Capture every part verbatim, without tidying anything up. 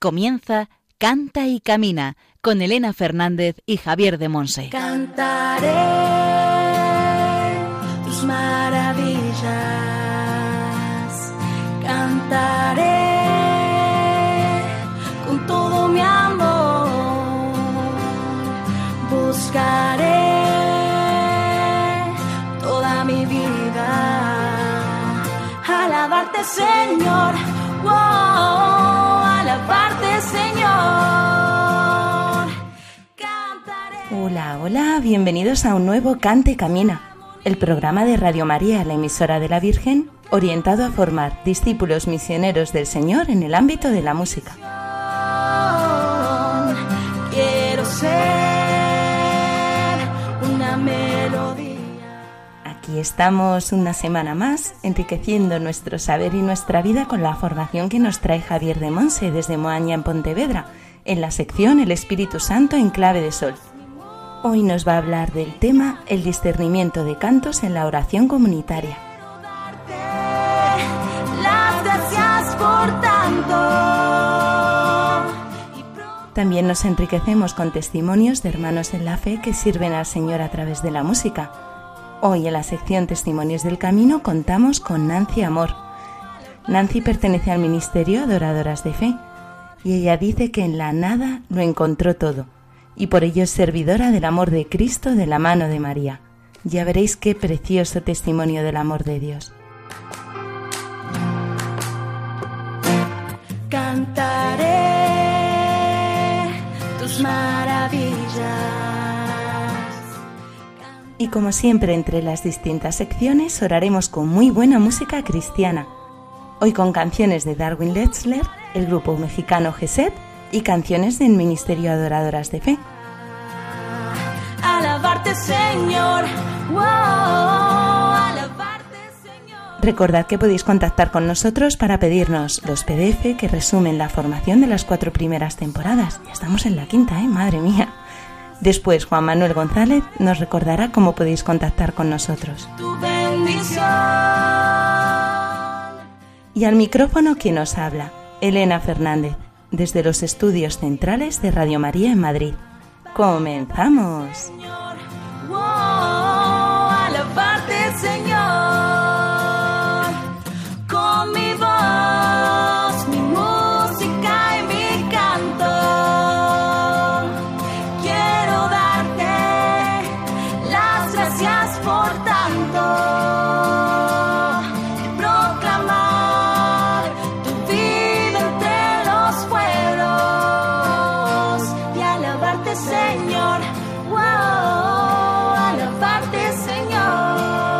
Comienza Canta y Camina con Elena Fernández y Javier de Monse. Cantaré tus maravillas, cantaré con todo mi amor, buscaré toda mi vida, alabarte, Señor, wow, alabarte, Señor. Hola, hola, bienvenidos a un nuevo Canta y Camina, el programa de Radio María, la emisora de la Virgen, orientado a formar discípulos misioneros del Señor en el ámbito de la música. Quiero ser una melodía. Aquí estamos una semana más, enriqueciendo nuestro saber y nuestra vida con la formación que nos trae Javier de Monse desde Moaña en Pontevedra, en la sección El Espíritu Santo en clave de sol. Hoy nos va a hablar del tema el discernimiento de cantos en la oración comunitaria. Las gracias por tanto. También nos enriquecemos con testimonios de hermanos en la fe que sirven al Señor a través de la música. Hoy en la sección Testimonios del Camino contamos con Nancy Amor. Nancy pertenece al Ministerio Adoradoras de Fe y ella dice que en la nada lo encontró todo y por ello es servidora del amor de Cristo de la mano de María. Ya veréis qué precioso testimonio del amor de Dios. Cantaré tus maravillas. Y como siempre, entre las distintas secciones oraremos con muy buena música cristiana. Hoy con canciones de Darwin Letzler, el grupo mexicano Geset y canciones del Ministerio Adoradoras de Fe. Alabarte, Señor. Wow, alabarte, Señor. Recordad que podéis contactar con nosotros para pedirnos los P D F que resumen la formación de las cuatro primeras temporadas. Ya estamos en la quinta, ¿eh? Madre mía. Después Juan Manuel González nos recordará cómo podéis contactar con nosotros. Tu bendición. Y al micrófono quien nos habla, Elena Fernández, desde los estudios centrales de Radio María en Madrid. ¡Comenzamos! Señor, wow, alabarte, Señor, con mi voz, mi música y mi canto. Quiero darte las gracias por tanto y proclamar tu vida entre los pueblos y alabarte, Señor, wow, alabarte, Señor,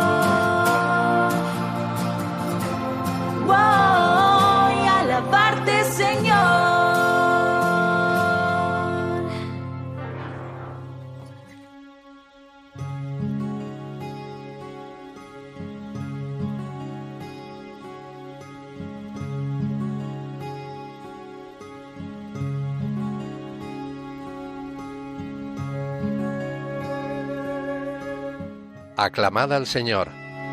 wow, y alabarte, Señor. Aclamad al Señor.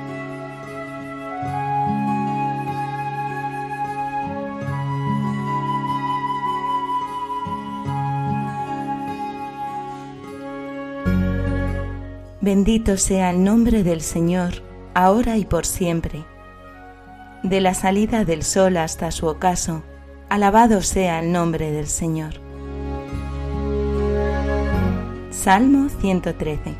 Bendito sea el nombre del Señor, ahora y por siempre. De la salida del sol hasta su ocaso, alabado sea el nombre del Señor. Salmo ciento trece.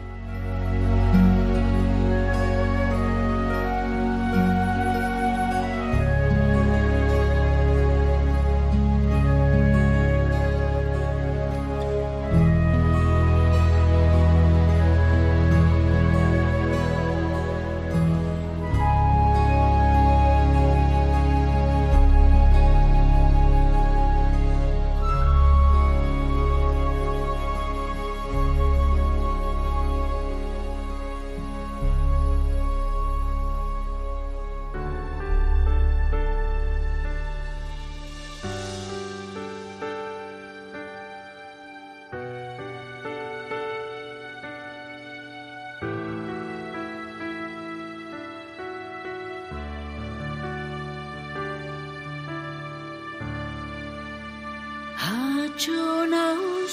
hecho una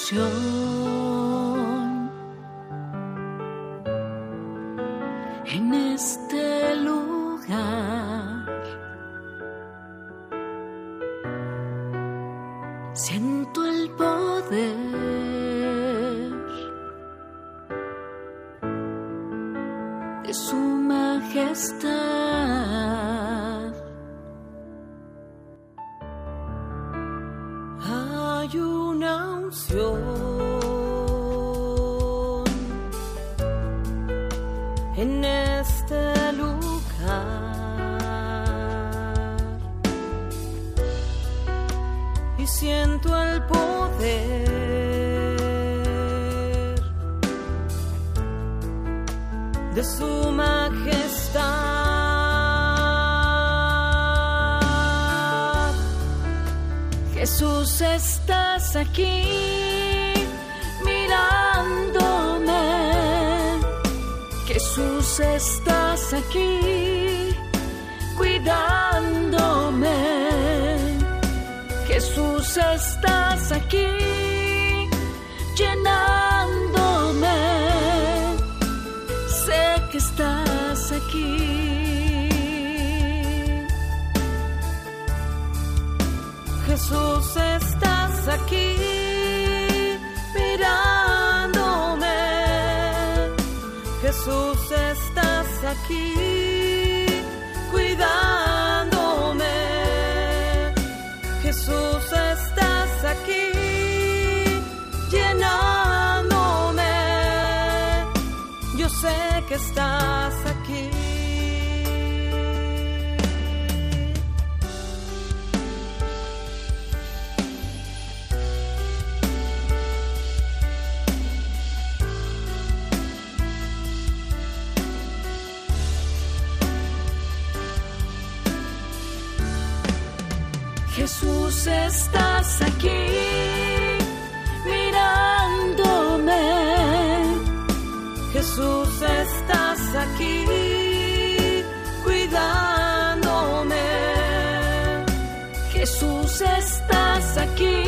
unción en este lugar. Siento el poder de su majestad. Hay una unción en este lugar y siento el poder de su majestad. Jesús, estás aquí mirándome. Jesús, estás aquí cuidándome. Jesús, estás aquí llenándome. Sé que estás aquí. Jesús, estás aquí mirándome. Jesús, estás aquí cuidándome. Jesús, estás aquí llenándome. Yo sé que estás aquí. Jesús, estás aquí mirándome. Jesús, estás aquí cuidándome. Jesús, estás aquí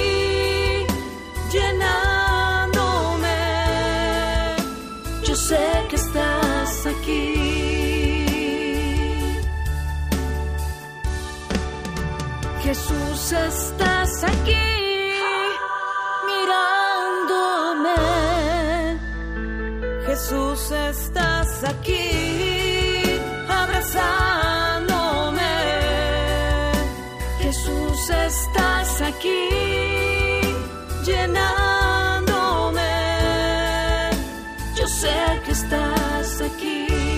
llenándome. Yo sé que estás aquí. Jesús, estás aquí mirándome. Jesús, estás aquí abrazándome. Jesús, estás aquí llenándome. Yo sé que estás aquí.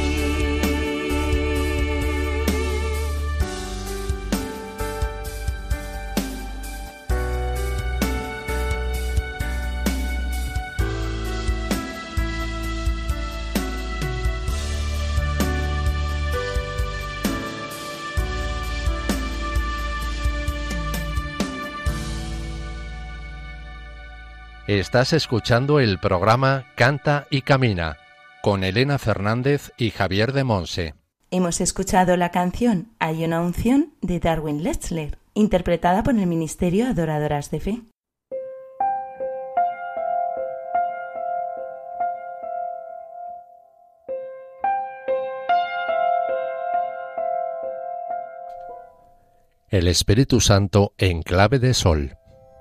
Estás escuchando el programa Canta y Camina con Elena Fernández y Javier de Monse. Hemos escuchado la canción Hay una unción de Darwin Letzler, interpretada por el Ministerio Adoradoras de Fe. El Espíritu Santo en clave de sol.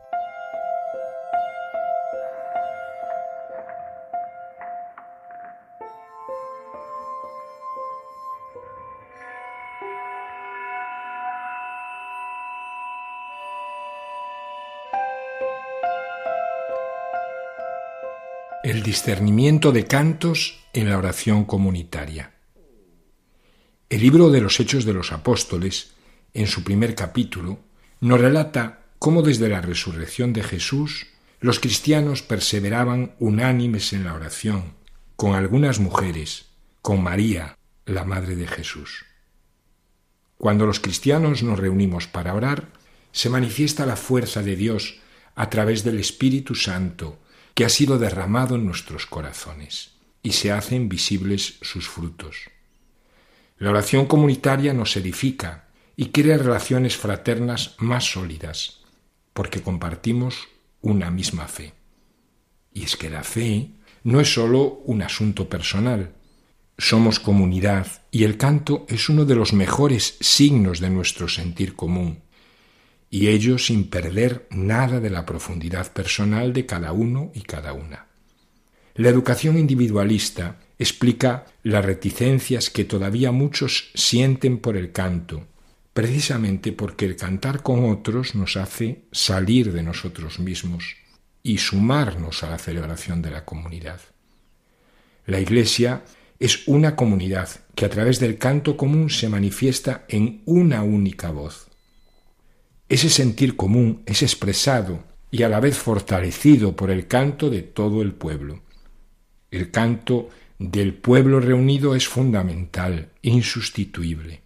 El discernimiento de cantos en la oración comunitaria. El libro de los Hechos de los Apóstoles, en su primer capítulo, nos relata cómo desde la resurrección de Jesús los cristianos perseveraban unánimes en la oración, con algunas mujeres, con María, la Madre de Jesús. Cuando los cristianos nos reunimos para orar, se manifiesta la fuerza de Dios a través del Espíritu Santo, que ha sido derramado en nuestros corazones, y se hacen visibles sus frutos. La oración comunitaria nos edifica y crea relaciones fraternas más sólidas, porque compartimos una misma fe. Y es que la fe no es solo un asunto personal. Somos comunidad y el canto es uno de los mejores signos de nuestro sentir común, y ello sin perder nada de la profundidad personal de cada uno y cada una. La educación individualista explica las reticencias que todavía muchos sienten por el canto, precisamente porque el cantar con otros nos hace salir de nosotros mismos y sumarnos a la celebración de la comunidad. La Iglesia es una comunidad que a través del canto común se manifiesta en una única voz. Ese sentir común es expresado y a la vez fortalecido por el canto de todo el pueblo. El canto del pueblo reunido es fundamental, insustituible.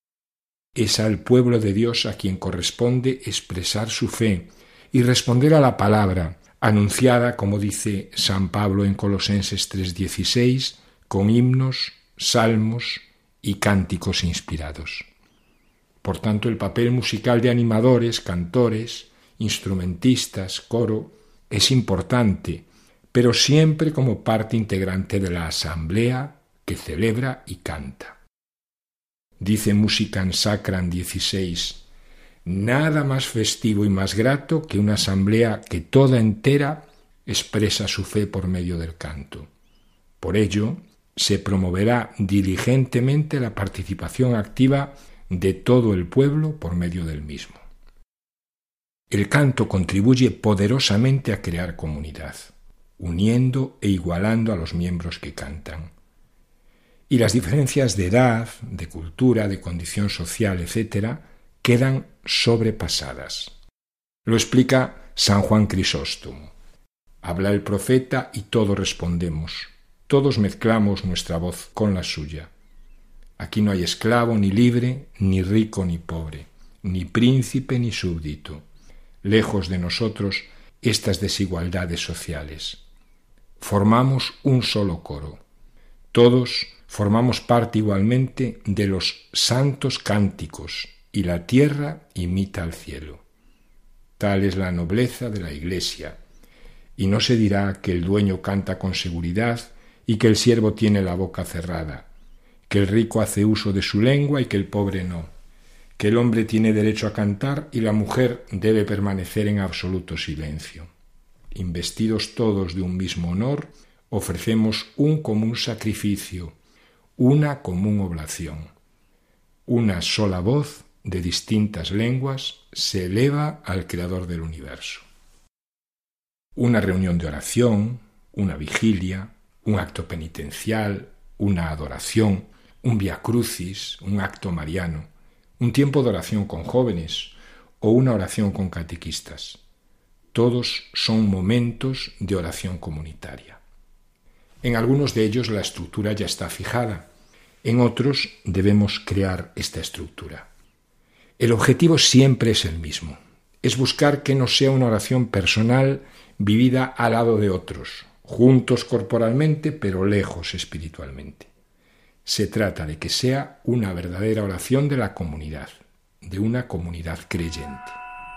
Es al pueblo de Dios a quien corresponde expresar su fe y responder a la palabra, anunciada, como dice San Pablo en Colosenses tres dieciséis, con himnos, salmos y cánticos inspirados. Por tanto, el papel musical de animadores, cantores, instrumentistas, coro, es importante, pero siempre como parte integrante de la asamblea que celebra y canta. Dice Musicam Sacram dieciséis, nada más festivo y más grato que una asamblea que toda entera expresa su fe por medio del canto. Por ello, se promoverá diligentemente la participación activa de todo el pueblo por medio del mismo. El canto contribuye poderosamente a crear comunidad, uniendo e igualando a los miembros que cantan. Y las diferencias de edad, de cultura, de condición social, etcétera, quedan sobrepasadas. Lo explica San Juan Crisóstomo. Habla el profeta y todos respondemos. Todos mezclamos nuestra voz con la suya. Aquí no hay esclavo ni libre, ni rico ni pobre, ni príncipe ni súbdito. Lejos de nosotros estas desigualdades sociales. Formamos un solo coro. Todos formamos parte igualmente de los santos cánticos, y la tierra imita al cielo. Tal es la nobleza de la Iglesia, y no se dirá que el dueño canta con seguridad y que el siervo tiene la boca cerrada, que el rico hace uso de su lengua y que el pobre no, que el hombre tiene derecho a cantar y la mujer debe permanecer en absoluto silencio. Investidos todos de un mismo honor, ofrecemos un común sacrificio, una común oblación. Una sola voz de distintas lenguas se eleva al Creador del universo. Una reunión de oración, una vigilia, un acto penitencial, una adoración, un via crucis, un acto mariano, un tiempo de oración con jóvenes o una oración con catequistas. Todos son momentos de oración comunitaria. En algunos de ellos la estructura ya está fijada, en otros debemos crear esta estructura. El objetivo siempre es el mismo, es buscar que no sea una oración personal vivida al lado de otros, juntos corporalmente pero lejos espiritualmente. Se trata de que sea una verdadera oración de la comunidad, de una comunidad creyente.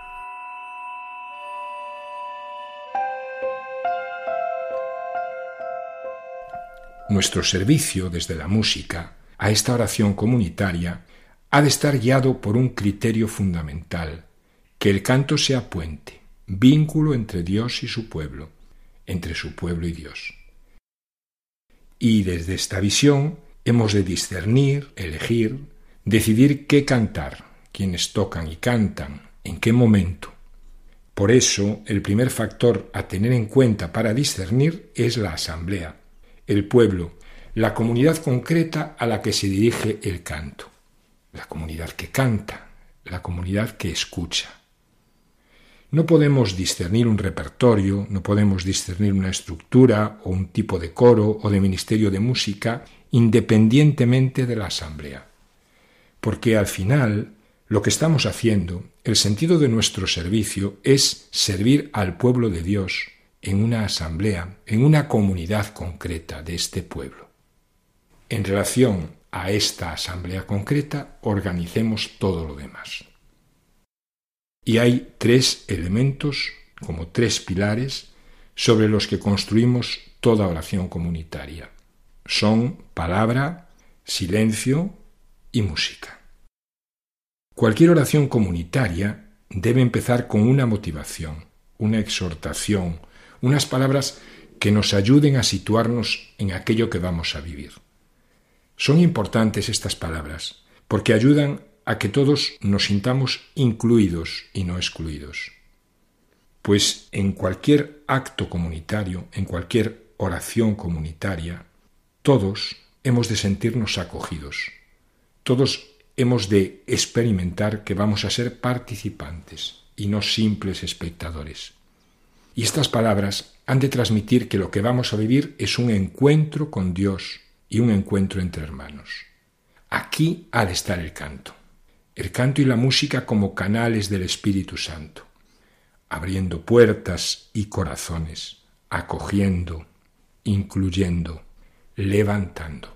Nuestro servicio desde la música a esta oración comunitaria ha de estar guiado por un criterio fundamental, que el canto sea puente, vínculo entre Dios y su pueblo, entre su pueblo y Dios. Y desde esta visión hemos de discernir, elegir, decidir qué cantar, quiénes tocan y cantan, en qué momento. Por eso, el primer factor a tener en cuenta para discernir es la asamblea, el pueblo, la comunidad concreta a la que se dirige el canto, la comunidad que canta, la comunidad que escucha. No podemos discernir un repertorio, no podemos discernir una estructura o un tipo de coro o de ministerio de música independientemente de la asamblea, porque al final lo que estamos haciendo, el sentido de nuestro servicio es servir al pueblo de Dios en una asamblea, en una comunidad concreta de este pueblo. En relación a esta asamblea concreta, organicemos todo lo demás. Y hay tres elementos como tres pilares sobre los que construimos toda oración comunitaria. Son palabra, silencio y música. Cualquier oración comunitaria debe empezar con una motivación, una exhortación, unas palabras que nos ayuden a situarnos en aquello que vamos a vivir. Son importantes estas palabras porque ayudan a que todos nos sintamos incluidos y no excluidos. Pues en cualquier acto comunitario, en cualquier oración comunitaria, todos hemos de sentirnos acogidos. Todos hemos de experimentar que vamos a ser participantes y no simples espectadores. Y estas palabras han de transmitir que lo que vamos a vivir es un encuentro con Dios y un encuentro entre hermanos. Aquí ha de estar el canto. El canto y la música como canales del Espíritu Santo, abriendo puertas y corazones, acogiendo, incluyendo, levantando.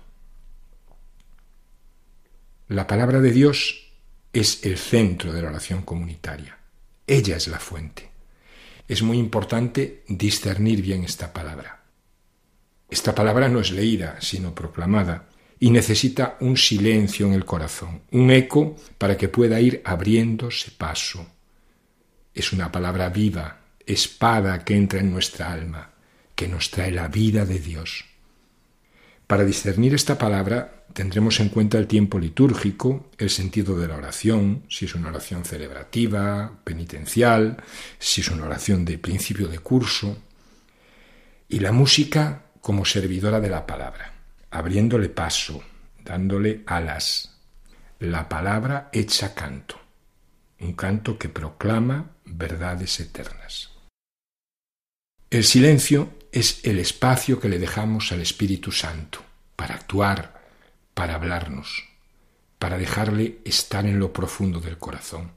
La palabra de Dios es el centro de la oración comunitaria. Ella es la fuente. Es muy importante discernir bien esta palabra. Esta palabra no es leída, sino proclamada, y necesita un silencio en el corazón, un eco para que pueda ir abriéndose paso. Es una palabra viva, espada que entra en nuestra alma, que nos trae la vida de Dios. Para discernir esta palabra tendremos en cuenta el tiempo litúrgico, el sentido de la oración, si es una oración celebrativa, penitencial, si es una oración de principio de curso, y la música como servidora de la palabra, abriéndole paso, dándole alas. La palabra hecha canto, un canto que proclama verdades eternas. El silencio es el espacio que le dejamos al Espíritu Santo para actuar, para hablarnos, para dejarle estar en lo profundo del corazón.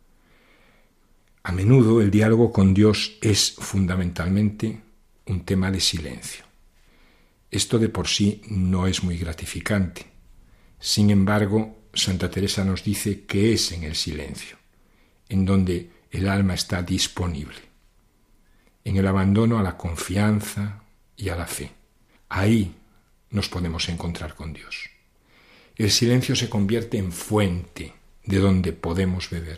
A menudo el diálogo con Dios es fundamentalmente un tema de silencio. Esto de por sí no es muy gratificante. Sin embargo, Santa Teresa nos dice que es en el silencio, en donde el alma está disponible, en el abandono a la confianza y a la fe. Ahí nos podemos encontrar con Dios. El silencio se convierte en fuente de donde podemos beber.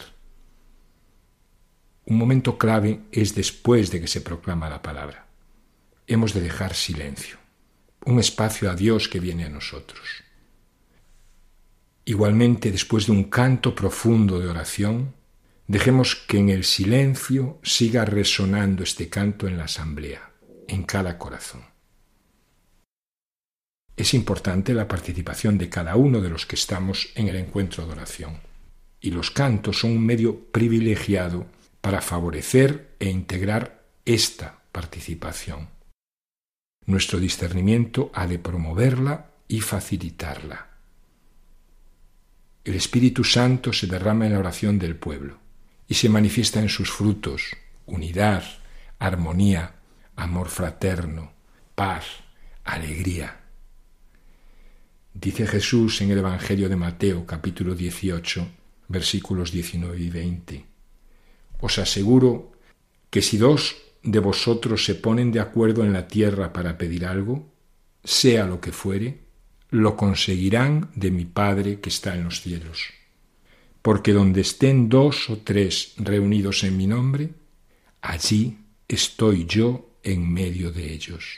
Un momento clave es después de que se proclama la palabra. Hemos de dejar silencio, un espacio a Dios que viene a nosotros. Igualmente, después de un canto profundo de oración, dejemos que en el silencio siga resonando este canto en la asamblea, en cada corazón. Es importante la participación de cada uno de los que estamos en el encuentro de oración, y los cantos son un medio privilegiado para favorecer e integrar esta participación. Nuestro discernimiento ha de promoverla y facilitarla. El Espíritu Santo se derrama en la oración del pueblo y se manifiesta en sus frutos: unidad, armonía, amor fraterno, paz, alegría. Dice Jesús en el Evangelio de Mateo, capítulo dieciocho, versículos diecinueve y veinte: Os aseguro que si dos de vosotros se ponen de acuerdo en la tierra para pedir algo, sea lo que fuere, lo conseguirán de mi Padre que está en los cielos. Porque donde estén dos o tres reunidos en mi nombre, allí estoy yo en medio de ellos.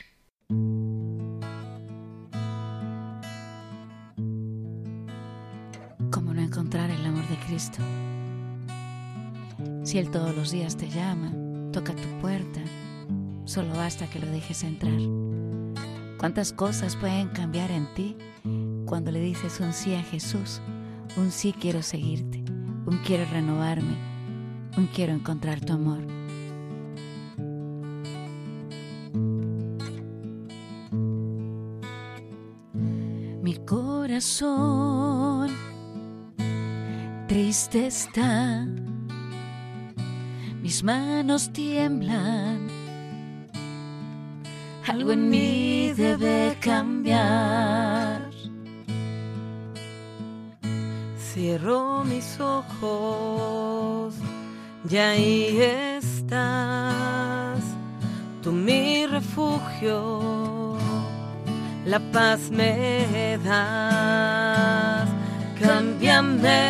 ¿Cómo no encontrar el amor de Cristo? Si Él todos los días te llama, toca tu puerta, solo basta que lo dejes entrar. ¿Cuántas cosas pueden cambiar en ti cuando le dices un sí a Jesús? Un sí quiero seguirte, un quiero renovarme, un quiero encontrar tu amor. Mi corazón triste está, mis manos tiemblan, algo en mí debe cambiar. Cierro mis ojos, ya ahí está. tú mi refugio, la paz me das. Cámbiame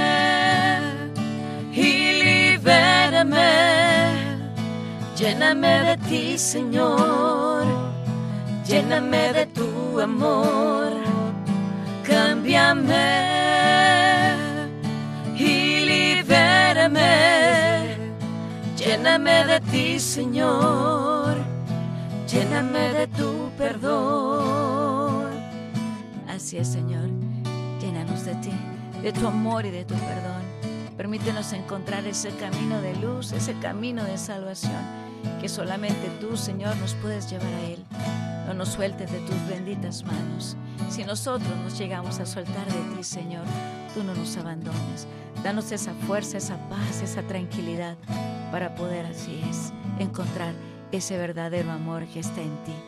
y libérame, lléname de ti, Señor, lléname de tu amor. Cámbiame y libérame, lléname de ti, Señor, lléname de tu perdón. Así es, Señor, llénanos de ti, de tu amor y de tu perdón. Permítenos encontrar ese camino de luz, ese camino de salvación, que solamente tú, Señor, nos puedes llevar a él. No nos sueltes de tus benditas manos. Si nosotros nos llegamos a soltar de ti, Señor, tú no nos abandones. Danos esa fuerza, esa paz, esa tranquilidad para poder, así es, encontrar ese verdadero amor que está en ti.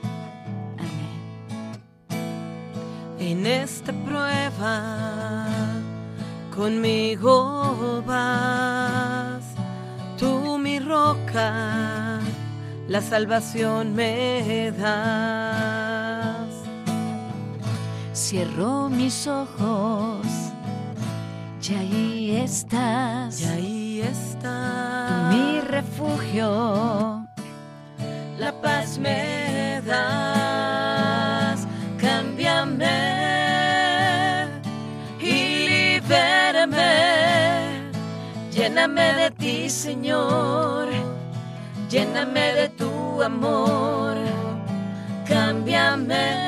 Amén. En esta prueba conmigo vas, tú mi roca, la salvación me das. Cierro mis ojos y ahí estás, Y ahí estás, tú mi refugio, la paz me das. Cámbiame y libérame, lléname de ti, Señor, lléname de tu amor. Cámbiame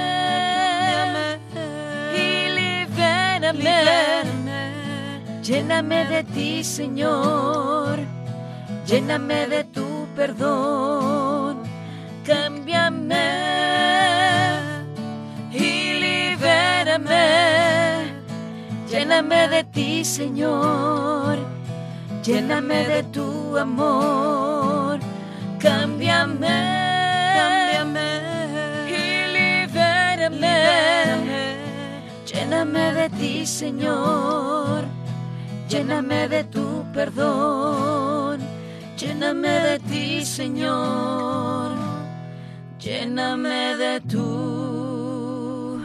y libérame, lléname de ti, Señor, lléname de tu perdón. Cámbiame y libérame, lléname de ti, Señor, lléname de tu amor. Cámbiame, cámbiame y libérame, libérame, lléname de ti, Señor, lléname de tu perdón. Lléname de ti, Señor, lléname de tu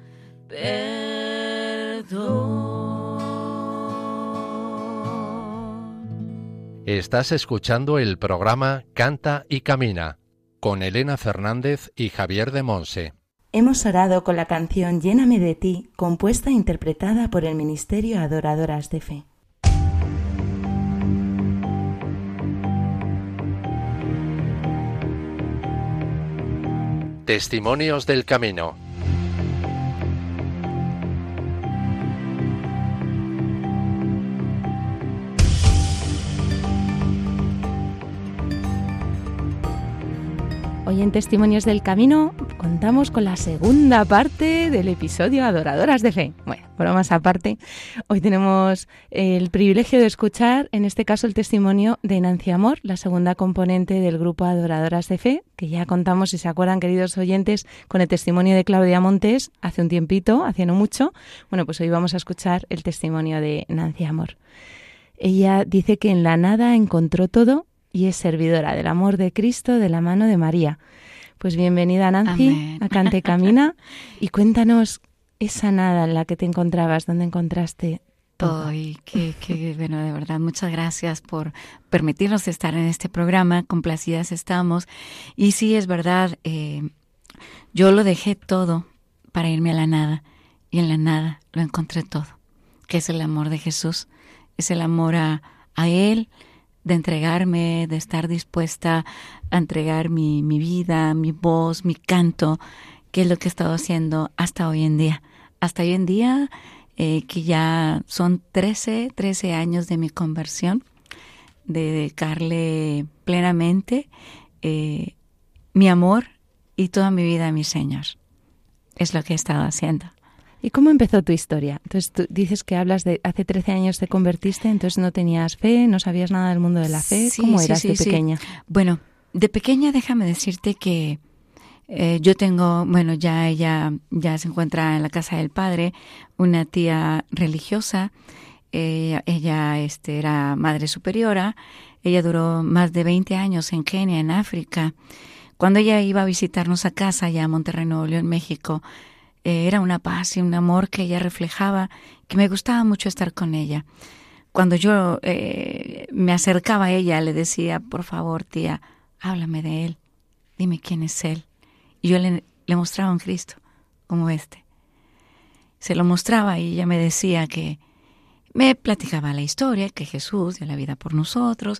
perdón. Estás escuchando el programa Canta y Camina con Elena Fernández y Javier de Monse. Hemos orado con la canción Lléname de ti, compuesta e interpretada por el Ministerio Adoradoras de Fe. Testimonios del Camino. Hoy en Testimonios del Camino contamos con la segunda parte del episodio Adoradoras de Fe. Bueno, bromas aparte, hoy tenemos el privilegio de escuchar, en este caso, el testimonio de Nancy Amor, la segunda componente del grupo Adoradoras de Fe, que ya contamos, si se acuerdan, queridos oyentes, con el testimonio de Claudia Montes hace un tiempito, hace no mucho. Bueno, pues hoy vamos a escuchar el testimonio de Nancy Amor. Ella dice que en la nada encontró todo y es servidora del amor de Cristo de la mano de María. Pues bienvenida, Nancy, Amén. a Canta y Camina, y cuéntanos esa nada en la que te encontrabas, dónde encontraste todo. Ay, qué, qué, bueno, de verdad, muchas gracias por permitirnos estar en este programa, complacidas estamos. Y sí, es verdad, eh, yo lo dejé todo para irme a la nada, y en la nada lo encontré todo, que es el amor de Jesús, es el amor a, a Él, de entregarme, de estar dispuesta a entregar mi, mi vida, mi voz, mi canto, que es lo que he estado haciendo hasta hoy en día. Hasta hoy en día, eh, que ya son trece, trece años de mi conversión, de dedicarle plenamente eh, mi amor y toda mi vida a mi Señor. Es lo que he estado haciendo. ¿Y cómo empezó tu historia? Entonces tú dices que hablas de hace trece años te convertiste, entonces no tenías fe, no sabías nada del mundo de la fe. Sí, ¿Cómo sí, eras sí, de sí. pequeña? Bueno, de pequeña déjame decirte que eh, yo tengo, bueno, ya ella ya se encuentra en la casa del padre, una tía religiosa. Eh, ella este, era madre superiora. Ella duró más de veinte años en Kenia, en África. Cuando ella iba a visitarnos a casa, allá a Monterrey, Nuevo León, México, eh, era una paz y un amor que ella reflejaba, que me gustaba mucho estar con ella. Cuando yo eh, me acercaba a ella, le decía, por favor, tía, háblame de él, dime quién es él. Y yo le, le mostraba un Cristo como este. Se lo mostraba y ella me decía que me platicaba la historia, que Jesús dio la vida por nosotros,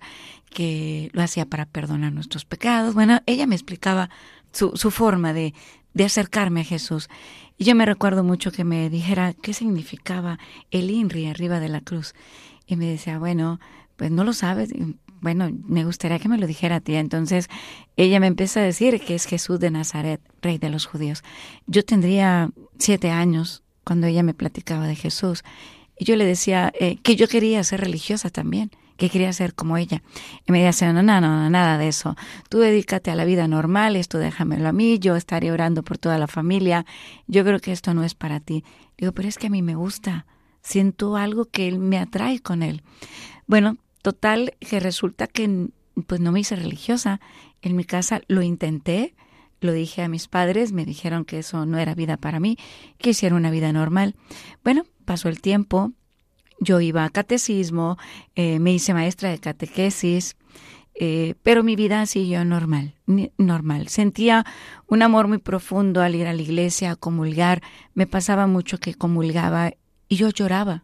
que lo hacía para perdonar nuestros pecados. Bueno, ella me explicaba su, su forma de, de acercarme a Jesús. Y yo me recuerdo mucho que me dijera qué significaba el INRI arriba de la cruz. Y me decía, bueno, pues no lo sabes. Bueno, me gustaría que me lo dijera a ti. Entonces ella me empieza a decir que es Jesús de Nazaret, Rey de los judíos. Yo tendría siete años cuando ella me platicaba de Jesús. Y yo le decía eh, que yo quería ser religiosa también, que quería ser como ella. Y me decía, no, no, no, nada de eso. Tú dedícate a la vida normal, esto déjamelo a mí, yo estaré orando por toda la familia. Yo creo que esto no es para ti. Digo, pero es que a mí me gusta. Siento algo que él me atrae con él. Bueno, total, que resulta que pues no me hice religiosa. En mi casa lo intenté, lo dije a mis padres, me dijeron que eso no era vida para mí, que hiciera una vida normal. Bueno, pasó el tiempo, yo iba a catecismo, eh, me hice maestra de catequesis, eh, pero mi vida siguió normal, normal. Sentía un amor muy profundo al ir a la iglesia, a comulgar. Me pasaba mucho que comulgaba y yo lloraba.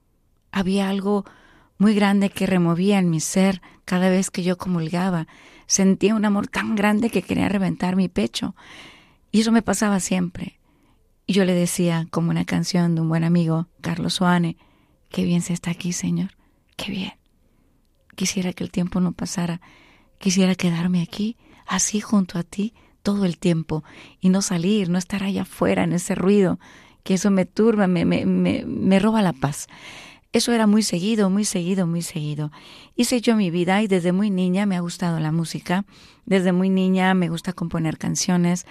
Había algo muy grande que removía en mi ser cada vez que yo comulgaba. Sentía un amor tan grande que quería reventar mi pecho. Y eso me pasaba siempre. Y yo le decía, como una canción de un buen amigo, Carlos Soane, qué bien se está aquí, Señor, qué bien. Quisiera que el tiempo no pasara, quisiera quedarme aquí, así junto a ti, todo el tiempo, y no salir, no estar allá afuera en ese ruido, que eso me turba, me, me, me, me roba la paz. Eso era muy seguido, muy seguido, muy seguido. Hice yo mi vida y desde muy niña me ha gustado la música, desde muy niña me gusta componer canciones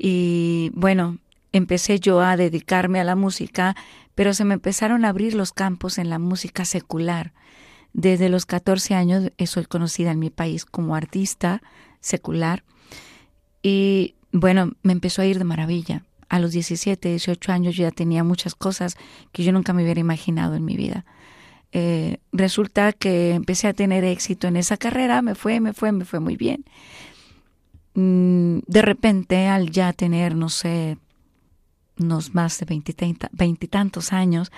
y bueno, empecé yo a dedicarme a la música, pero se me empezaron a abrir los campos en la música secular. Desde los catorce años soy conocida en mi país como artista secular y bueno, me empezó a ir de maravilla. A los diecisiete, dieciocho años yo ya tenía muchas cosas que yo nunca me hubiera imaginado en mi vida. Eh, resulta que empecé a tener éxito en esa carrera, me fue, me fue, me fue muy bien. Mm, de repente, al ya tener, no sé, unos más de veintitantos años,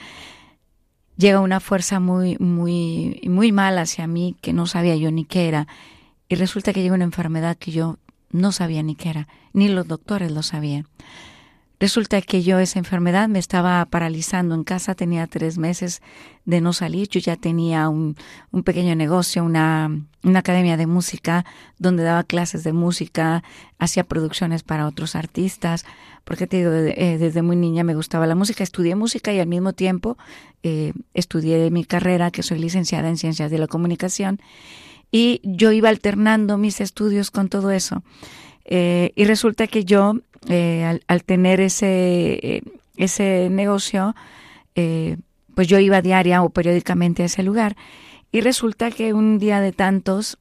llega una fuerza muy, muy, muy mala hacia mí que no sabía yo ni qué era. Y resulta que llega una enfermedad que yo no sabía ni qué era, ni los doctores lo sabían. Resulta que yo esa enfermedad me estaba paralizando en casa, tenía tres meses de no salir, yo ya tenía un, un pequeño negocio, una, una academia de música donde daba clases de música, hacía producciones para otros artistas, porque te digo, eh, desde muy niña me gustaba la música, estudié música y al mismo tiempo eh, estudié mi carrera, que soy licenciada en Ciencias de la Comunicación, y yo iba alternando mis estudios con todo eso. Eh, y resulta que yo, eh, al, al tener ese, eh, ese negocio, eh, pues yo iba diaria o periódicamente a ese lugar. Y resulta que un día de tantos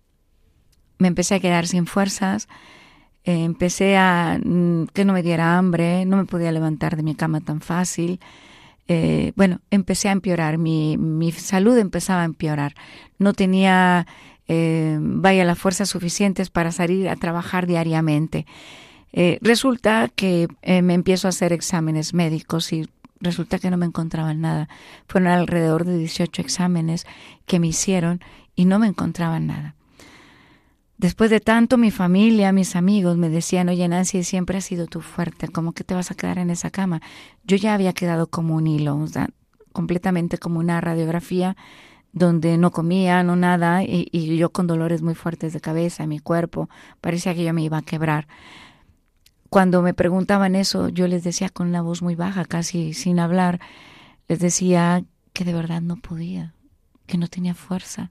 me empecé a quedar sin fuerzas, eh, empecé a mm, que no me diera hambre, no me podía levantar de mi cama tan fácil. Eh, bueno, empecé a empeorar, mi, mi salud empezaba a empeorar. No tenía... Eh, vaya las fuerzas suficientes para salir a trabajar diariamente. Eh, resulta que eh, me empiezo a hacer exámenes médicos y resulta que no me encontraban nada. Fueron alrededor de dieciocho exámenes que me hicieron y no me encontraban nada. Después de tanto, mi familia, mis amigos me decían, oye Nancy, siempre has sido tú fuerte, ¿cómo que te vas a quedar en esa cama? Yo ya había quedado como un hilo, o sea, completamente como una radiografía donde no comía, no nada, y, y yo con dolores muy fuertes de cabeza, mi cuerpo, parecía que yo me iba a quebrar. Cuando me preguntaban eso, yo les decía con la voz muy baja, casi sin hablar, les decía que de verdad no podía, que no tenía fuerza,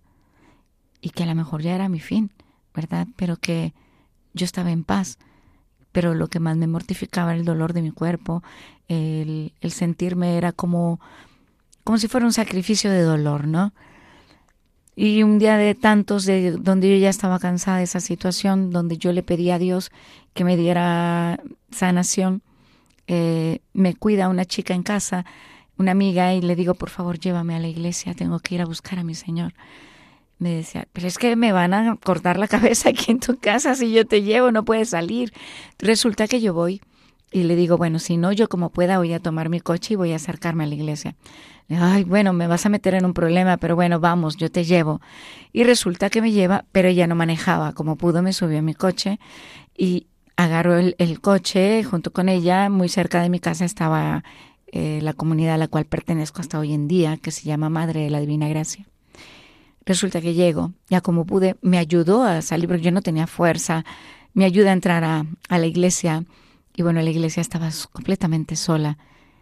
y que a lo mejor ya era mi fin, ¿verdad? Pero que yo estaba en paz. Pero lo que más me mortificaba era el dolor de mi cuerpo, el, el sentirme era como... como si fuera un sacrificio de dolor, ¿no? Y un día de tantos, de donde yo ya estaba cansada de esa situación, donde yo le pedí a Dios que me diera sanación, eh, me cuida una chica en casa, una amiga, y le digo, por favor, llévame a la iglesia, tengo que ir a buscar a mi Señor. Me decía, pero es que me van a cortar la cabeza aquí en tu casa si yo te llevo, no puedes salir. Resulta que yo voy y le digo, bueno, si no, yo como pueda voy a tomar mi coche y voy a acercarme a la iglesia. Ay, bueno, me vas a meter en un problema, pero bueno, vamos, yo te llevo. Y resulta que me lleva, pero ella no manejaba. Como pudo, me subió a mi coche y agarró el, el coche junto con ella. Muy cerca de mi casa estaba eh, la comunidad a la cual pertenezco hasta hoy en día, que se llama Madre de la Divina Gracia. Resulta que llego, ya como pude, me ayudó a salir porque yo no tenía fuerza, me ayuda a entrar a, a la iglesia. Y bueno, la iglesia estaba completamente sola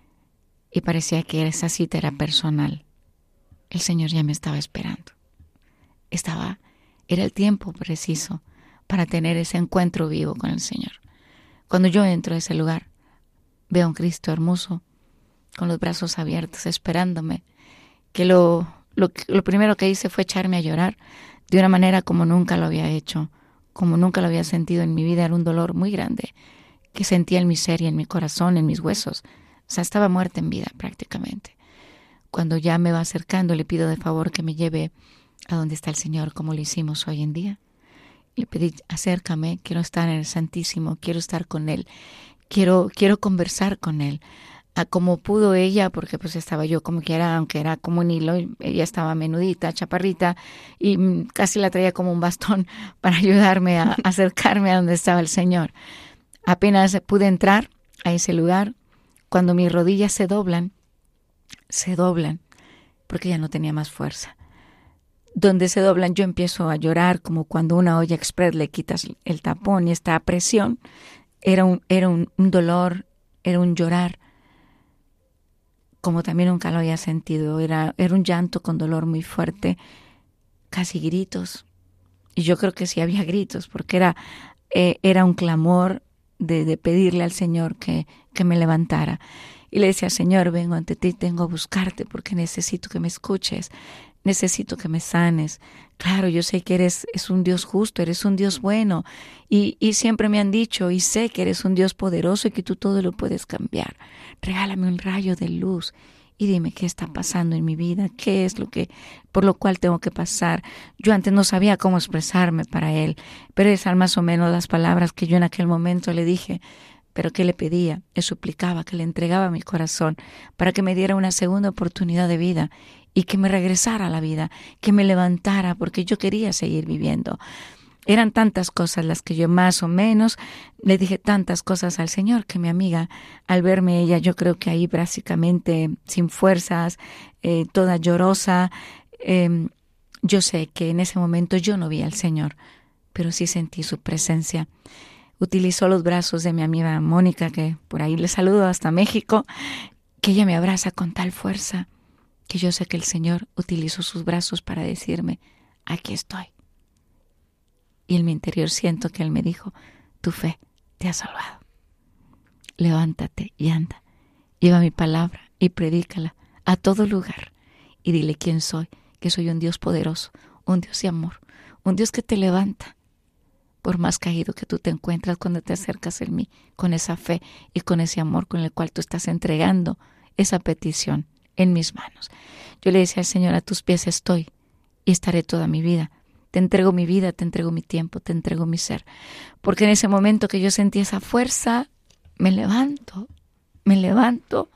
y parecía que esa cita era personal. El Señor ya me estaba esperando. Estaba, era el tiempo preciso para tener ese encuentro vivo con el Señor. Cuando yo entro a ese lugar, veo a un Cristo hermoso, con los brazos abiertos, esperándome, que lo, lo, lo primero que hice fue echarme a llorar de una manera como nunca lo había hecho, como nunca lo había sentido en mi vida. Era un dolor muy grande que sentía en mi ser y en mi corazón, en mis huesos. O sea, estaba muerta en vida prácticamente. Cuando ya me va acercando, le pido de favor que me lleve a donde está el Señor, como lo hicimos hoy en día. Le pedí, acércame, quiero estar en el Santísimo, quiero estar con Él, quiero, quiero conversar con Él. A como pudo ella, porque pues estaba yo como quiera, aunque era como un hilo, ella estaba menudita, chaparrita, y casi la traía como un bastón para ayudarme a acercarme a donde estaba el Señor. Apenas pude entrar a ese lugar, cuando mis rodillas se doblan, se doblan, porque ya no tenía más fuerza. Donde se doblan, yo empiezo a llorar, como cuando una olla express le quitas el tapón y esta presión. Era un, era un, un dolor, era un llorar, como también nunca lo había sentido. Era, era un llanto con dolor muy fuerte, casi gritos. Y yo creo que sí había gritos, porque era, eh, era un clamor de, de pedirle al Señor que, que me levantara. Y le decía, Señor, vengo ante ti, tengo a buscarte porque necesito que me escuches, necesito que me sanes. Claro, yo sé que eres es un Dios justo, eres un Dios bueno, y, y siempre me han dicho, y sé que eres un Dios poderoso y que tú todo lo puedes cambiar. Regálame un rayo de luz y dime qué está pasando en mi vida, qué es lo que, por lo cual tengo que pasar. Yo antes no sabía cómo expresarme para Él, pero esas más o menos las palabras que yo en aquel momento le dije. Pero ¿qué le pedía? Le suplicaba, que le entregaba mi corazón para que me diera una segunda oportunidad de vida y que me regresara a la vida, que me levantara, porque yo quería seguir viviendo. Eran tantas cosas las que yo más o menos le dije, tantas cosas al Señor, que mi amiga, al verme ella, yo creo que ahí básicamente sin fuerzas, eh, toda llorosa, eh, yo sé que en ese momento yo no vi al Señor, pero sí sentí su presencia. Utilizó los brazos de mi amiga Mónica, que por ahí le saludo hasta México, que ella me abraza con tal fuerza que yo sé que el Señor utilizó sus brazos para decirme, aquí estoy. Y en mi interior siento que Él me dijo, tu fe te ha salvado. Levántate y anda, lleva mi palabra y predícala a todo lugar y dile quién soy, que soy un Dios poderoso, un Dios de amor, un Dios que te levanta. Por más caído que tú te encuentras cuando te acercas a mí, con esa fe y con ese amor con el cual tú estás entregando esa petición en mis manos. Yo le decía al Señor, a tus pies estoy y estaré toda mi vida. Te entrego mi vida, te entrego mi tiempo, te entrego mi ser. Porque en ese momento que yo sentí esa fuerza, me levanto, me levanto.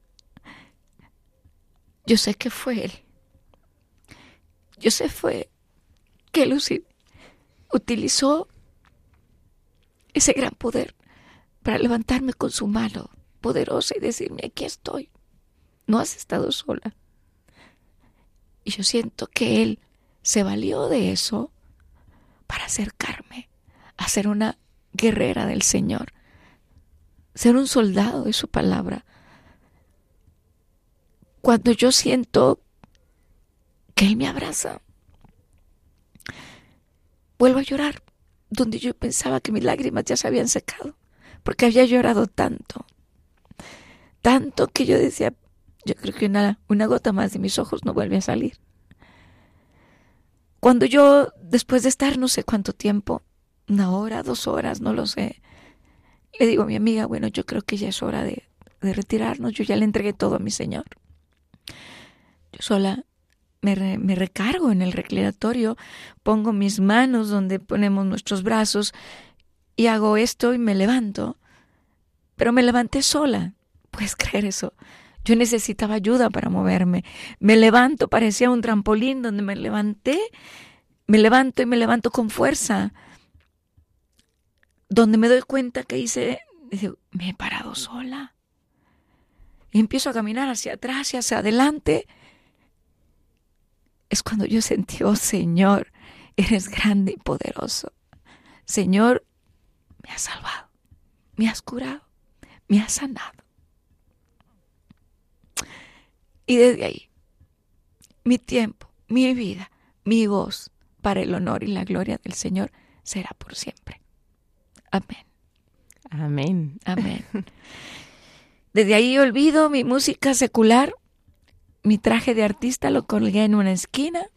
Yo sé que fue Él. Yo sé fue que Él utilizó ese gran poder para levantarme con su mano poderosa y decirme, aquí estoy, no has estado sola. Y yo siento que Él se valió de eso para acercarme a ser una guerrera del Señor, ser un soldado de su palabra. Cuando yo siento que Él me abraza, vuelvo a llorar, donde yo pensaba que mis lágrimas ya se habían secado, porque había llorado tanto, tanto que yo decía, yo creo que una, una gota más de mis ojos no vuelve a salir. Cuando yo, después de estar no sé cuánto tiempo, una hora, dos horas, no lo sé, le digo a mi amiga, bueno, yo creo que ya es hora de, de retirarnos, yo ya le entregué todo a mi Señor. Yo sola me, re, me recargo en el reclinatorio, pongo mis manos donde ponemos nuestros brazos y hago esto y me levanto, pero me levanté sola, ¿puedes creer eso? Yo necesitaba ayuda para moverme. Me levanto, parecía un trampolín donde me levanté, me levanto y me levanto con fuerza. Donde me doy cuenta que hice, digo, me he parado sola. Y empiezo a caminar hacia atrás y hacia adelante. Es cuando yo sentí, oh Señor, eres grande y poderoso. Señor, me has salvado, me has curado, me has sanado. Y desde ahí, mi tiempo, mi vida, mi voz para el honor y la gloria del Señor será por siempre. Amén. Amén. Amén. Desde ahí olvido mi música secular, mi traje de artista lo colgué en una esquina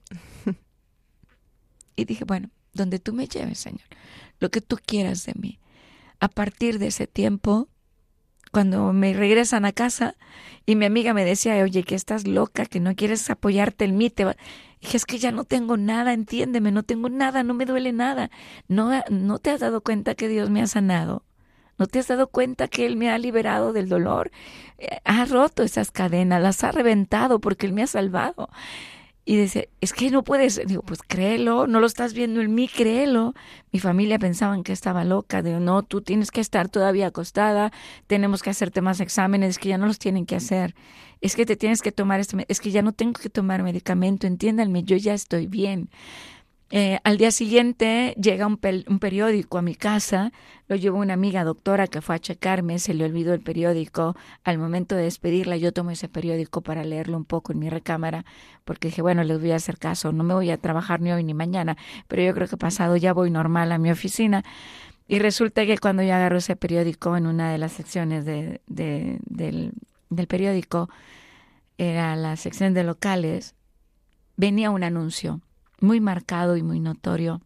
y dije, bueno, donde tú me lleves, Señor, lo que tú quieras de mí. A partir de ese tiempo, cuando me regresan a casa y mi amiga me decía, oye, que estás loca, que no quieres apoyarte en mí. Te va... Dije, es que ya no tengo nada, entiéndeme, no tengo nada, no me duele nada. No, ¿no te has dado cuenta que Dios me ha sanado? ¿No te has dado cuenta que Él me ha liberado del dolor? Eh, ha roto esas cadenas, las ha reventado porque Él me ha salvado. Y dice, es que no puedes. Digo, pues créelo, no lo estás viendo en mí, créelo. Mi familia pensaban que estaba loca. Digo, no, tú tienes que estar todavía acostada, tenemos que hacerte más exámenes, es que ya no los tienen que hacer. Es que te tienes que tomar este, es que ya no tengo que tomar medicamento, entiéndanme, yo ya estoy bien. Eh, al día siguiente llega un, pel- un periódico a mi casa, lo llevó una amiga doctora que fue a checarme, se le olvidó el periódico. Al momento de despedirla yo tomo ese periódico para leerlo un poco en mi recámara, porque dije, bueno, les voy a hacer caso, no me voy a trabajar ni hoy ni mañana, pero yo creo que pasado ya voy normal a mi oficina. Y resulta que cuando yo agarro ese periódico, en una de las secciones de, de, del, del periódico, era la sección de locales, venía un anuncio muy marcado y muy notorio,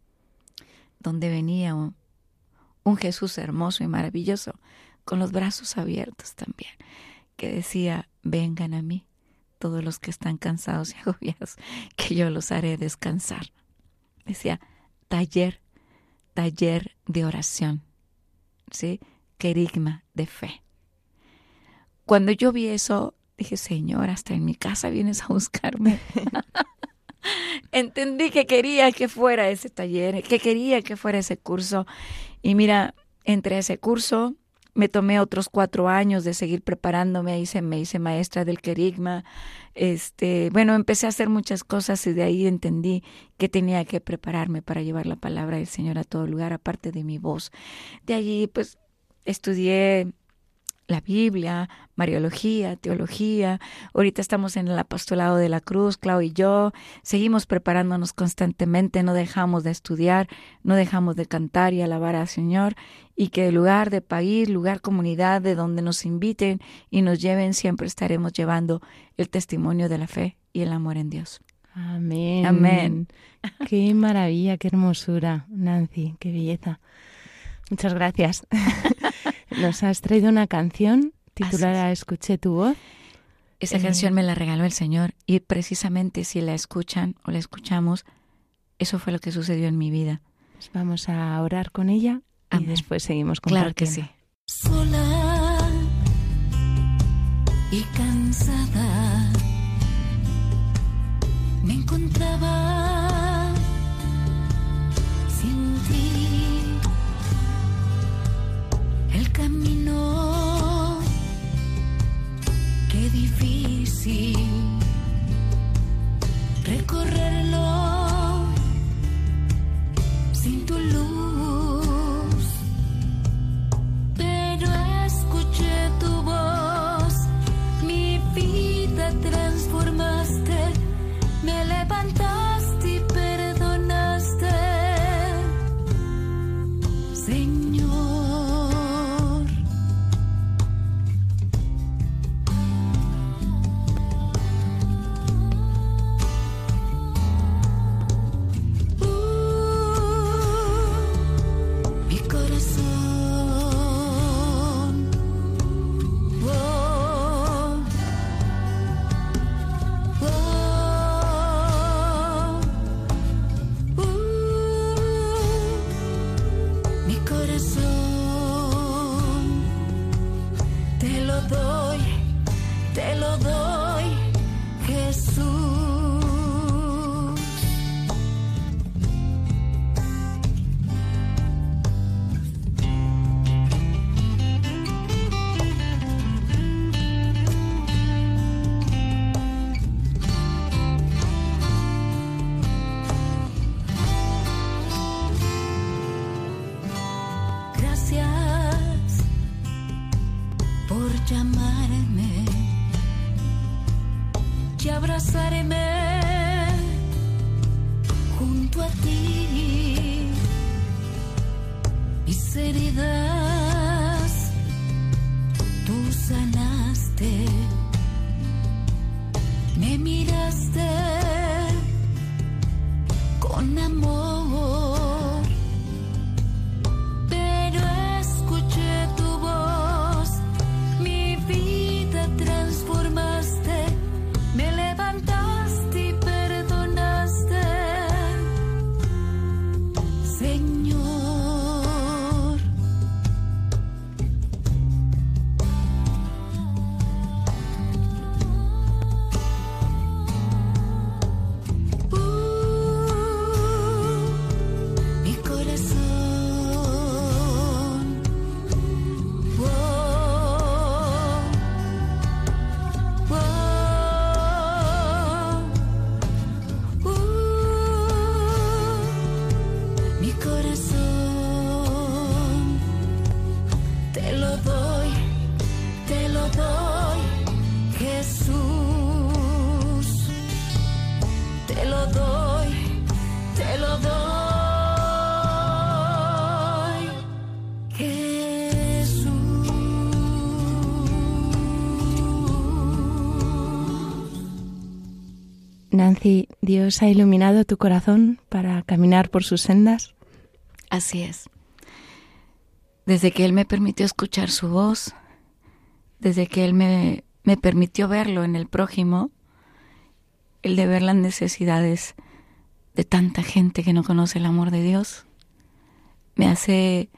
donde venía un, un Jesús hermoso y maravilloso, con los brazos abiertos también, que decía, vengan a mí, todos los que están cansados y agobiados, que yo los haré descansar. Decía, taller, taller de oración, ¿sí? Querigma de fe. Cuando yo vi eso, dije, Señor, hasta en mi casa vienes a buscarme. Entendí que quería que fuera ese taller, que quería que fuera ese curso. Y mira, entre ese curso me tomé otros cuatro años de seguir preparándome, hice, me hice maestra del querigma. Este, bueno, empecé a hacer muchas cosas y de ahí entendí que tenía que prepararme para llevar la palabra del Señor a todo lugar, aparte de mi voz. De allí, pues, estudié la Biblia, Mariología, Teología. Ahorita estamos en el Apostolado de la Cruz, Clau y yo. Seguimos preparándonos constantemente, no dejamos de estudiar, no dejamos de cantar y alabar al Señor. Y que lugar de país, lugar comunidad, de donde nos inviten y nos lleven, siempre estaremos llevando el testimonio de la fe y el amor en Dios. Amén. Amén. Qué maravilla, qué hermosura, Nancy, qué belleza. Muchas gracias. Nos has traído una canción titulada Escuché tu voz. Esa eh, canción me la regaló el Señor y precisamente si la escuchan o la escuchamos, eso fue lo que sucedió en mi vida. Pues vamos a orar con ella y Amén. después seguimos compartiendo. Claro que sí. Sola y cansada me encontraba sin ti. El camino, qué difícil recorrerlo sin tu luz, pero escuché tu voz, mi vida transformaste, me levantaste y perdonaste, Señor. llamarme y abrazarme junto a ti. Mis heridas tú sanaste, me miraste con amor, pero escuché tu voz, mi vida transformaste, me levantaste y perdonaste, Señor. Nancy, ¿Dios ha iluminado tu corazón para caminar por sus sendas? Así es. Desde que Él me permitió escuchar su voz, desde que Él me, me permitió verlo en el prójimo, el de ver las necesidades de tanta gente que no conoce el amor de Dios, me hace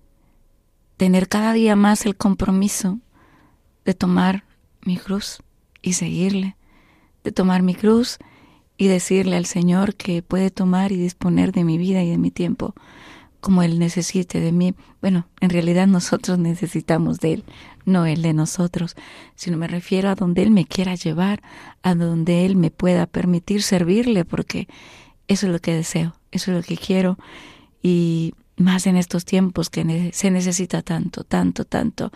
tener cada día más el compromiso de tomar mi cruz y seguirle, de tomar mi cruz y decirle al Señor que puede tomar y disponer de mi vida y de mi tiempo como Él necesite de mí. Bueno, en realidad nosotros necesitamos de Él, no Él de nosotros, sino me refiero a donde Él me quiera llevar, a donde Él me pueda permitir servirle, porque eso es lo que deseo, eso es lo que quiero, y más en estos tiempos que ne- se necesita tanto, tanto, tanto.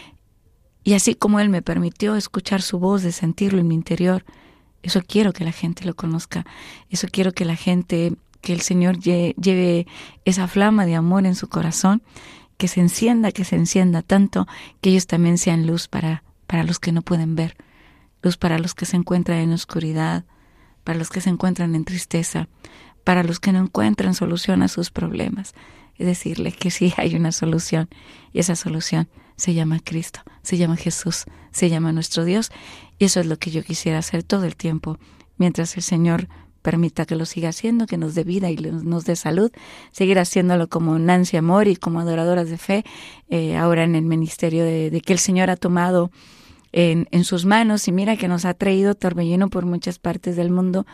Y así como Él me permitió escuchar su voz, de sentirlo en mi interior, eso quiero que la gente lo conozca, eso quiero que la gente, que el Señor lle- lleve esa flama de amor en su corazón, que se encienda, que se encienda tanto, que ellos también sean luz para, para los que no pueden ver, luz para los que se encuentran en oscuridad, para los que se encuentran en tristeza, para los que no encuentran solución a sus problemas. Es decirle que sí hay una solución, y esa solución se llama Cristo, se llama Jesús, se llama nuestro Dios, y eso es lo que yo quisiera hacer todo el tiempo, mientras el Señor permita que lo siga haciendo, que nos dé vida y nos dé salud, seguir haciéndolo como Nancy Amor y como adoradoras de fe, eh, ahora en el ministerio de, de que el Señor ha tomado en, en sus manos, y mira que nos ha traído torbellino por muchas partes del mundo,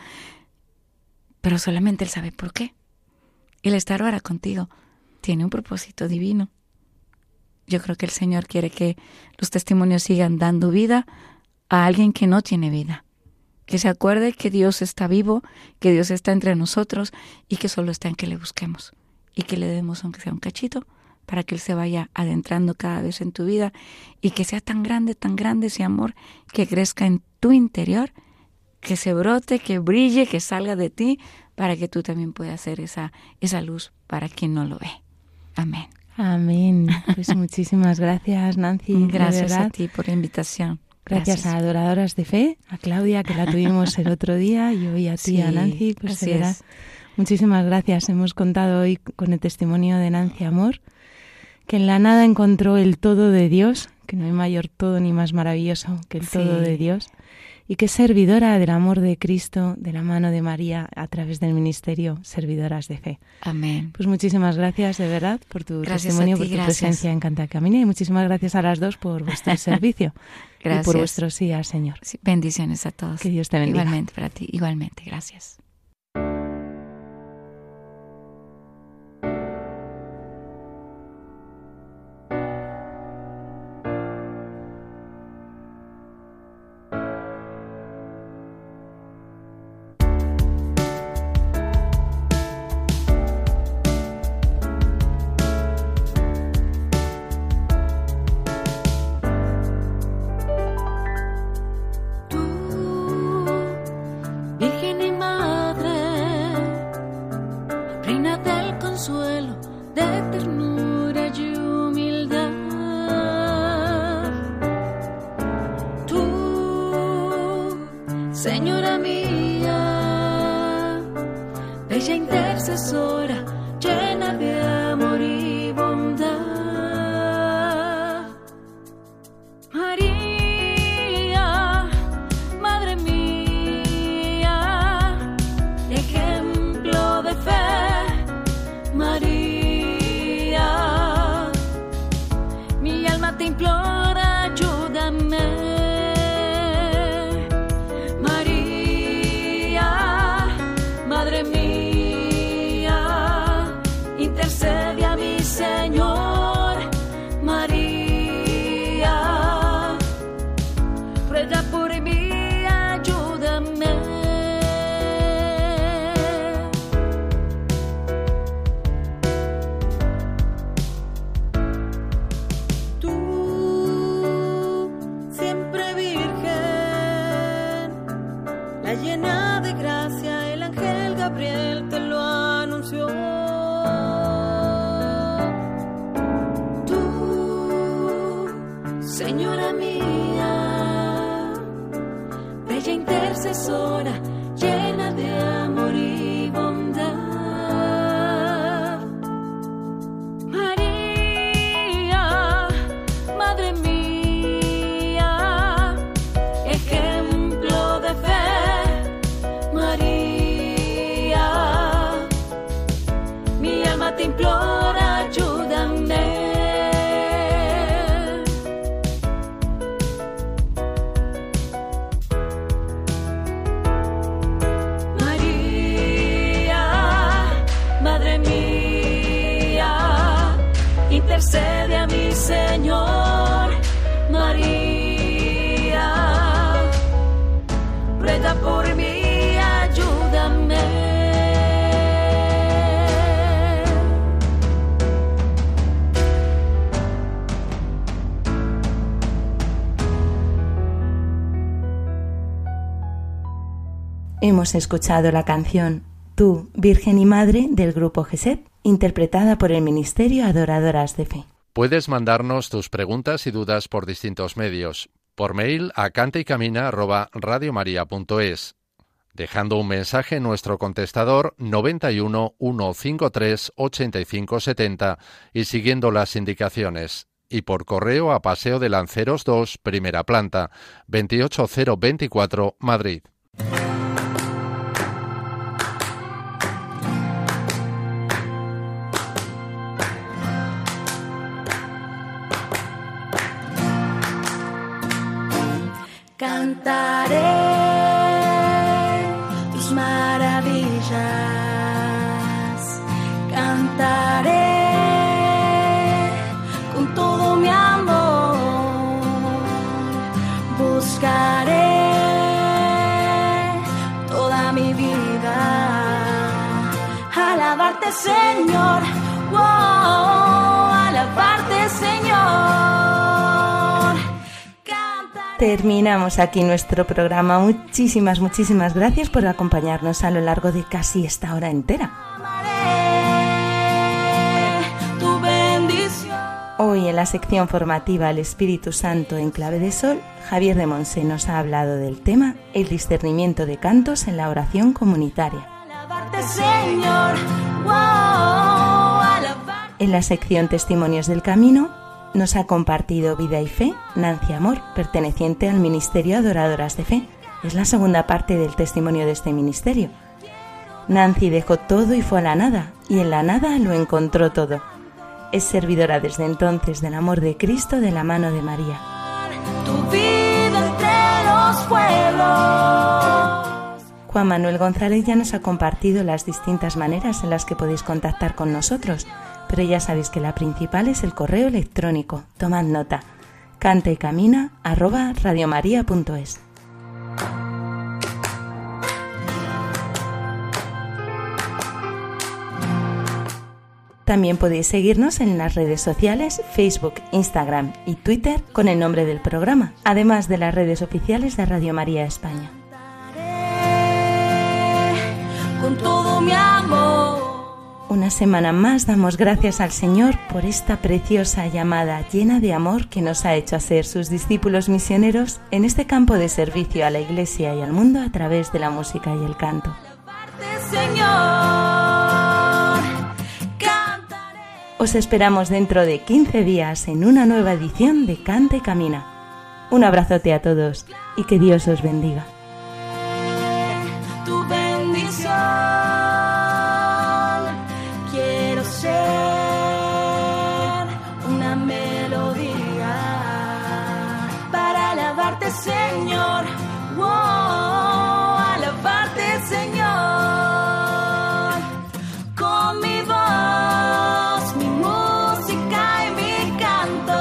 pero solamente Él sabe por qué. El estar ahora contigo tiene un propósito divino. Yo creo que el Señor quiere que los testimonios sigan dando vida a alguien que no tiene vida. Que se acuerde que Dios está vivo, que Dios está entre nosotros y que solo está en que le busquemos. Y que le demos aunque sea un cachito para que Él se vaya adentrando cada vez en tu vida y que sea tan grande, tan grande ese amor que crezca en tu interior, que se brote, que brille, que salga de ti para que tú también puedas ser esa, esa luz para quien no lo ve. Amén. Amén. Pues muchísimas gracias, Nancy. Gracias a ti por la invitación. Gracias, Gracias a Adoradoras de Fe, a Claudia, que la tuvimos el otro día, y hoy a ti, Sí, a Nancy. Pues así de verdad, es. muchísimas gracias. Hemos contado hoy con el testimonio de Nancy Amor, que en la nada encontró el todo de Dios, que no hay mayor todo ni más maravilloso que el Sí. todo de Dios, y que es servidora del amor de Cristo, de la mano de María, a través del ministerio Servidoras de Fe. Amén. Pues muchísimas gracias, de verdad, por tu Gracias testimonio, a ti, por tu gracias. presencia en Canta Camina, y muchísimas gracias a las dos por vuestro servicio y Gracias. por vuestro sí al Señor. Sí, bendiciones a todos. Que Dios te bendiga. Igualmente para ti, igualmente. Gracias. Señora mía, bella intercesora, llena de amor y bondad. María, Madre mía, ejemplo de fe. María, mi alma te implora, ayúdame. Intercede a mi Señor, María, ruega por mí, ayúdame. Tú, siempre virgen, la llena de gracia, el ángel Gabriel te lo anunció. Señora mía, bella intercesora, llena de amor y bondad. María, Madre mía, ejemplo de fe. María, mi alma te implora, ayúdame. Intercede a mi Señor, María, ruega por mí, ayúdame. Hemos escuchado la canción Tú, Virgen y Madre del grupo Gesed, interpretada por el Ministerio Adoradoras de Fe. Puedes mandarnos tus preguntas y dudas por distintos medios. Por mail a cantaycamina arroba radiomaria punto es, dejando un mensaje en nuestro contestador noventa y uno, ciento cincuenta y tres, ochenta y cinco setenta y siguiendo las indicaciones. Y por correo a Paseo de Lanceros dos, primera planta, veintiocho mil veinticuatro, Madrid. Cantaré tus maravillas, cantaré con todo mi amor, buscaré toda mi vida, alabarte Señor, wow, alabarte Señor. Terminamos aquí nuestro programa. Muchísimas, muchísimas gracias por acompañarnos a lo largo de casi esta hora entera. Hoy en la sección formativa El Espíritu Santo en clave de sol, Javier de Monse nos ha hablado del tema el discernimiento de cantos en la oración comunitaria. En la sección Testimonios del Camino nos ha compartido Vida y Fe Nancy Amor, perteneciente al Ministerio Adoradoras de Fe. Es la segunda parte del testimonio de este ministerio. Nancy dejó todo y fue a la nada, y en la nada lo encontró todo. Es servidora desde entonces del amor de Cristo de la mano de María. Tu vida entre los pueblos. Juan Manuel González ya nos ha compartido las distintas maneras en las que podéis contactar con nosotros, pero ya sabéis que la principal es el correo electrónico. Tomad nota: cantaycamina arroba radiomaria punto es. También podéis seguirnos en las redes sociales Facebook, Instagram y Twitter con el nombre del programa, además de las redes oficiales de Radio María España. Con todo mi amor. Una semana más damos gracias al Señor por esta preciosa llamada llena de amor que nos ha hecho a ser sus discípulos misioneros en este campo de servicio a la Iglesia y al mundo a través de la música y el canto. Os esperamos dentro de quince días en una nueva edición de Canta y Camina. Un abrazote a todos y que Dios os bendiga. Tu bendición, quiero ser una melodía para alabarte, Señor. Oh, alabarte, Señor, con mi voz, mi música y mi canto.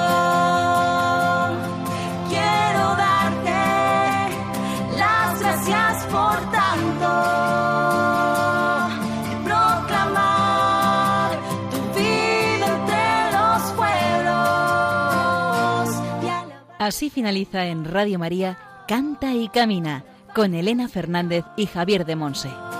Quiero darte las gracias por tanto y proclamar tu vida entre los pueblos. Y alabar... Así finaliza en Radio María Canta y Camina con Elena Fernández y Javier de Monse.